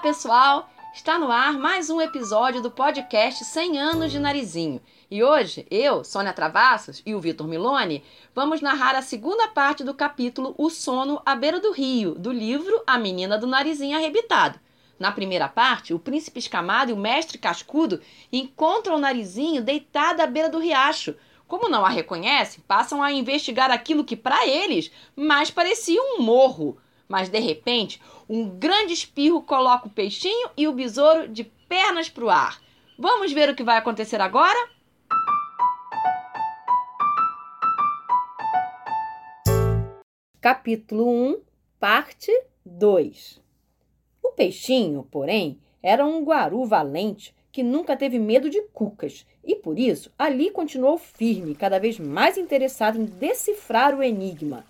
pessoal! Está no ar mais um episódio do podcast 100 anos de Narizinho. E hoje, eu, Sônia Travassos e o Vitor Miloni, vamos narrar a segunda parte do capítulo O Sono à Beira do Rio, do livro A Menina do Narizinho Arrebitado. Na primeira parte, o príncipe escamado e o mestre cascudo encontram o Narizinho deitado à beira do riacho. Como não a reconhecem, passam a investigar aquilo que, para eles, mais parecia um morro. Mas, de repente, um grande espirro coloca o peixinho e o besouro de pernas para o ar. Vamos ver o que vai acontecer agora? Capítulo 1, parte 2. O peixinho, porém, era um guaru valente que nunca teve medo de cucas e, por isso, ali continuou firme, cada vez mais interessado em decifrar o enigma.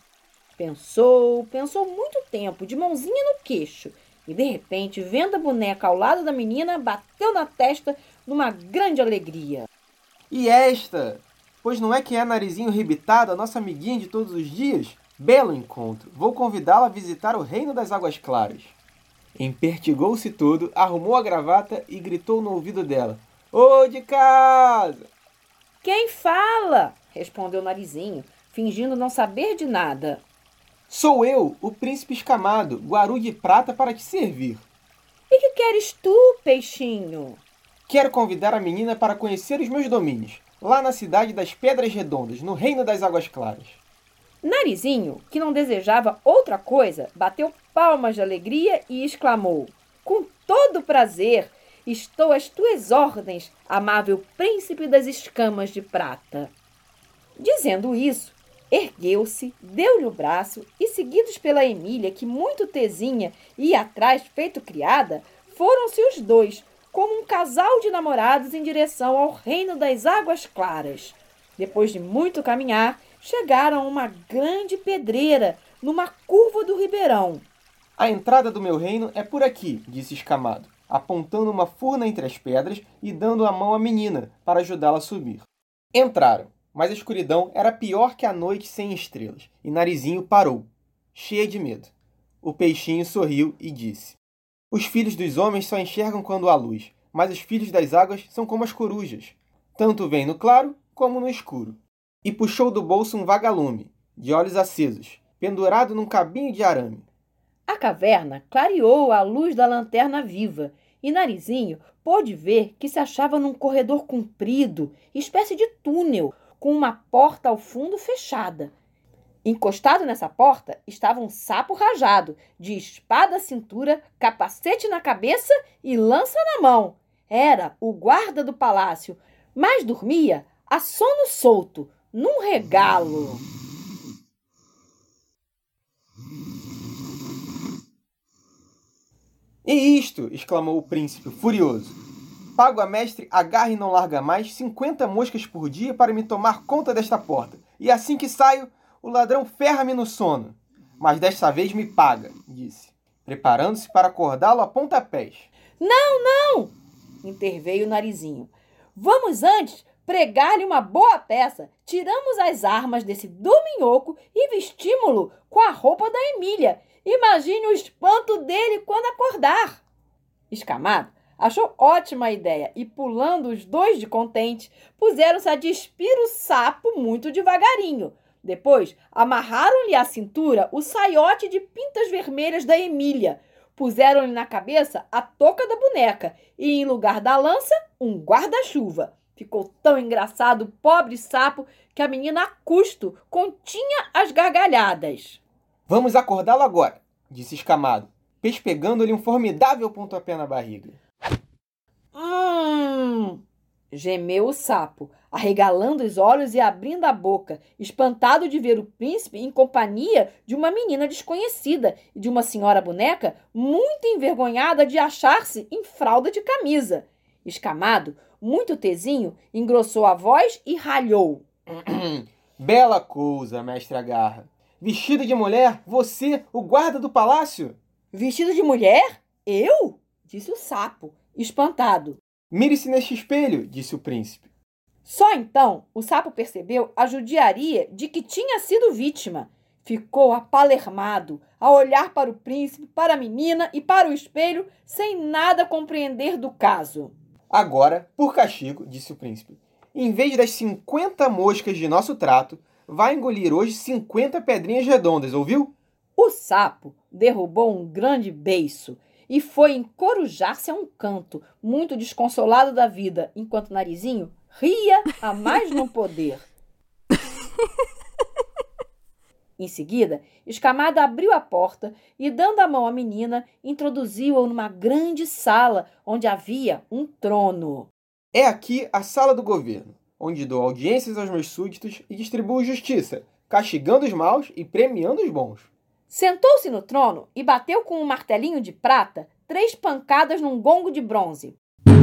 Pensou muito tempo, de mãozinha no queixo, e de repente, vendo a boneca ao lado da menina, bateu na testa numa grande alegria. E esta? Pois não é que é Narizinho Arrebitado, a nossa amiguinha de todos os dias? Belo encontro! Vou convidá-la a visitar o Reino das Águas Claras. Empertigou-se todo, arrumou a gravata e gritou no ouvido dela. Ô de casa! Quem fala? Respondeu Narizinho, fingindo não saber de nada. Sou eu, o príncipe escamado, guaru de prata para te servir. E que queres tu, peixinho? Quero convidar a menina para conhecer os meus domínios, lá na cidade das Pedras Redondas, no Reino das Águas Claras. Narizinho, que não desejava outra coisa, bateu palmas de alegria e exclamou: Com todo prazer, estou às tuas ordens, amável príncipe das escamas de prata. Dizendo isso, ergueu-se, deu-lhe o braço e, seguidos pela Emília, que muito tesinha ia atrás feito criada, foram-se os dois, como um casal de namorados, em direção ao Reino das Águas Claras. Depois de muito caminhar, chegaram a uma grande pedreira, numa curva do ribeirão. A entrada do meu reino é por aqui, disse Escamado, apontando uma furna entre as pedras e dando a mão à menina para ajudá-la a subir. Entraram, mas a escuridão era pior que a noite sem estrelas, e Narizinho parou, cheia de medo. O peixinho sorriu e disse: Os filhos dos homens só enxergam quando há luz, mas os filhos das águas são como as corujas. Tanto vêm no claro como no escuro. E puxou do bolso um vagalume, de olhos acesos, pendurado num cabinho de arame. A caverna clareou à luz da lanterna viva, e Narizinho pôde ver que se achava num corredor comprido, espécie de túnel, com uma porta ao fundo fechada. Encostado nessa porta estava um sapo rajado, de espada à cintura, capacete na cabeça e lança na mão. Era o guarda do palácio, mas dormia a sono solto, num regalo. E isto! Exclamou o príncipe, furioso. Pago a mestre agarra e não larga mais 50 moscas por dia para me tomar conta desta porta. E assim que saio, o ladrão ferra-me no sono. Mas desta vez me paga, disse, preparando-se para acordá-lo a pontapés. Não! Interveio o Narizinho. Vamos antes pregar-lhe uma boa peça. Tiramos as armas desse dominhoco e vestimos-lo com a roupa da Emília. Imagine o espanto dele quando acordar. Escamado achou ótima a ideia e, pulando os dois de contente, puseram-se a despir o sapo muito devagarinho. Depois, amarraram-lhe à cintura o saiote de pintas vermelhas da Emília. Puseram-lhe na cabeça a touca da boneca e, em lugar da lança, um guarda-chuva. Ficou tão engraçado o pobre sapo que a menina, a custo, continha as gargalhadas. Vamos acordá-lo agora, disse Escamado, pespegando-lhe um formidável pontapé na barriga. Gemeu o sapo, arregalando os olhos e abrindo a boca, espantado de ver o príncipe em companhia de uma menina desconhecida e de uma senhora boneca muito envergonhada de achar-se em fralda de camisa. Escamado, muito tesinho, engrossou a voz e ralhou. Bela coisa, mestre Agarra. Vestido de mulher, você, o guarda do palácio? Vestido de mulher? Eu? Disse o sapo, espantado. Mire-se neste espelho, disse o príncipe. Só então o sapo percebeu a judiaria de que tinha sido vítima. Ficou apalermado, a olhar para o príncipe, para a menina e para o espelho, sem nada compreender do caso. Agora, por castigo, disse o príncipe, em vez das 50 moscas de nosso trato, vai engolir hoje 50 pedrinhas redondas, ouviu? O sapo derrubou um grande beiço e foi encorujar-se a um canto, muito desconsolado da vida, enquanto Narizinho ria a mais não poder. Em seguida, Escamado abriu a porta e, dando a mão à menina, introduziu-a numa grande sala onde havia um trono. É aqui a sala do governo, onde dou audiências aos meus súditos e distribuo justiça, castigando os maus e premiando os bons. Sentou-se no trono e bateu com um martelinho de prata 3 pancadas num gongo de bronze.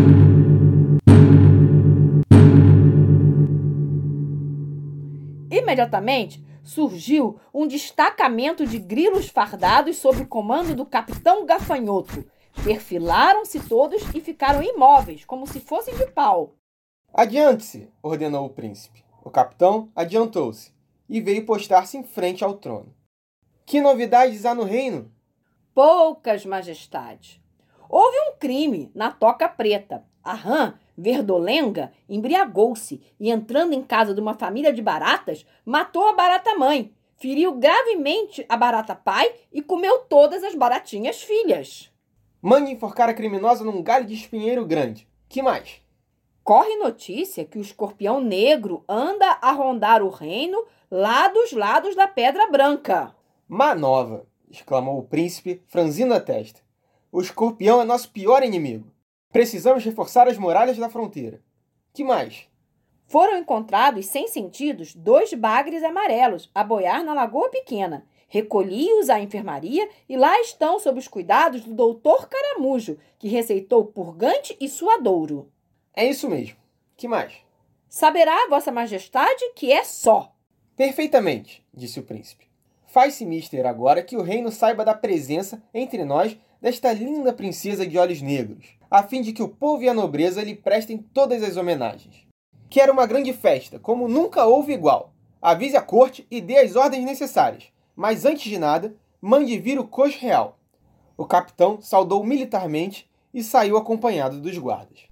Imediatamente, surgiu um destacamento de grilos fardados sob o comando do capitão Gafanhoto. Perfilaram-se todos e ficaram imóveis, como se fossem de pau. Adiante-se, ordenou o príncipe. O capitão adiantou-se e veio postar-se em frente ao trono. Que novidades há no reino? Poucas, majestade. Houve um crime na Toca Preta. A rã Verdolenga embriagou-se e, entrando em casa de uma família de baratas, matou a barata-mãe, feriu gravemente a barata-pai e comeu todas as baratinhas filhas. Mande enforcar a criminosa num galho de espinheiro grande. Que mais? Corre notícia que o escorpião negro anda a rondar o reino lá dos lados da Pedra Branca. Má nova, exclamou o príncipe, franzindo a testa. O escorpião é nosso pior inimigo. Precisamos reforçar as muralhas da fronteira. Que mais? Foram encontrados, sem sentidos, 2 bagres amarelos a boiar na Lagoa Pequena. Recolhi-os à enfermaria e lá estão sob os cuidados do doutor Caramujo, que receitou purgante e suadouro. É isso mesmo. Que mais? Saberá, Vossa Majestade, que é só. Perfeitamente, disse o príncipe. Faz-se mister agora que o reino saiba da presença entre nós desta linda princesa de olhos negros, a fim de que o povo e a nobreza lhe prestem todas as homenagens. Quero uma grande festa, como nunca houve igual. Avise a corte e dê as ordens necessárias, mas antes de nada, mande vir o coxo real. O capitão saudou militarmente e saiu acompanhado dos guardas.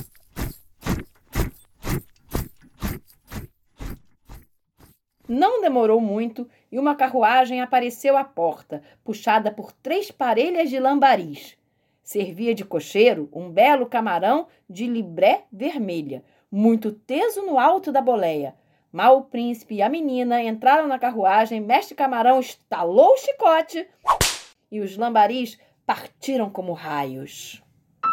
Não demorou muito e uma carruagem apareceu à porta, puxada por 3 parelhas de lambaris. Servia de cocheiro um belo camarão de libré vermelha, muito teso no alto da boleia. Mal o príncipe e a menina entraram na carruagem, mestre Camarão estalou o chicote e os lambaris partiram como raios.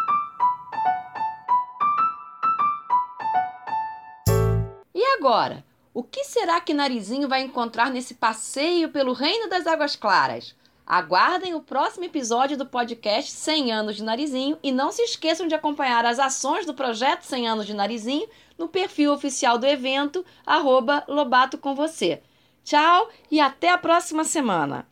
E agora? O que será que Narizinho vai encontrar nesse passeio pelo Reino das Águas Claras? Aguardem o próximo episódio do podcast 100 anos de Narizinho e não se esqueçam de acompanhar as ações do projeto 100 anos de Narizinho no perfil oficial do evento, @lobatocomvocê. Tchau e até a próxima semana!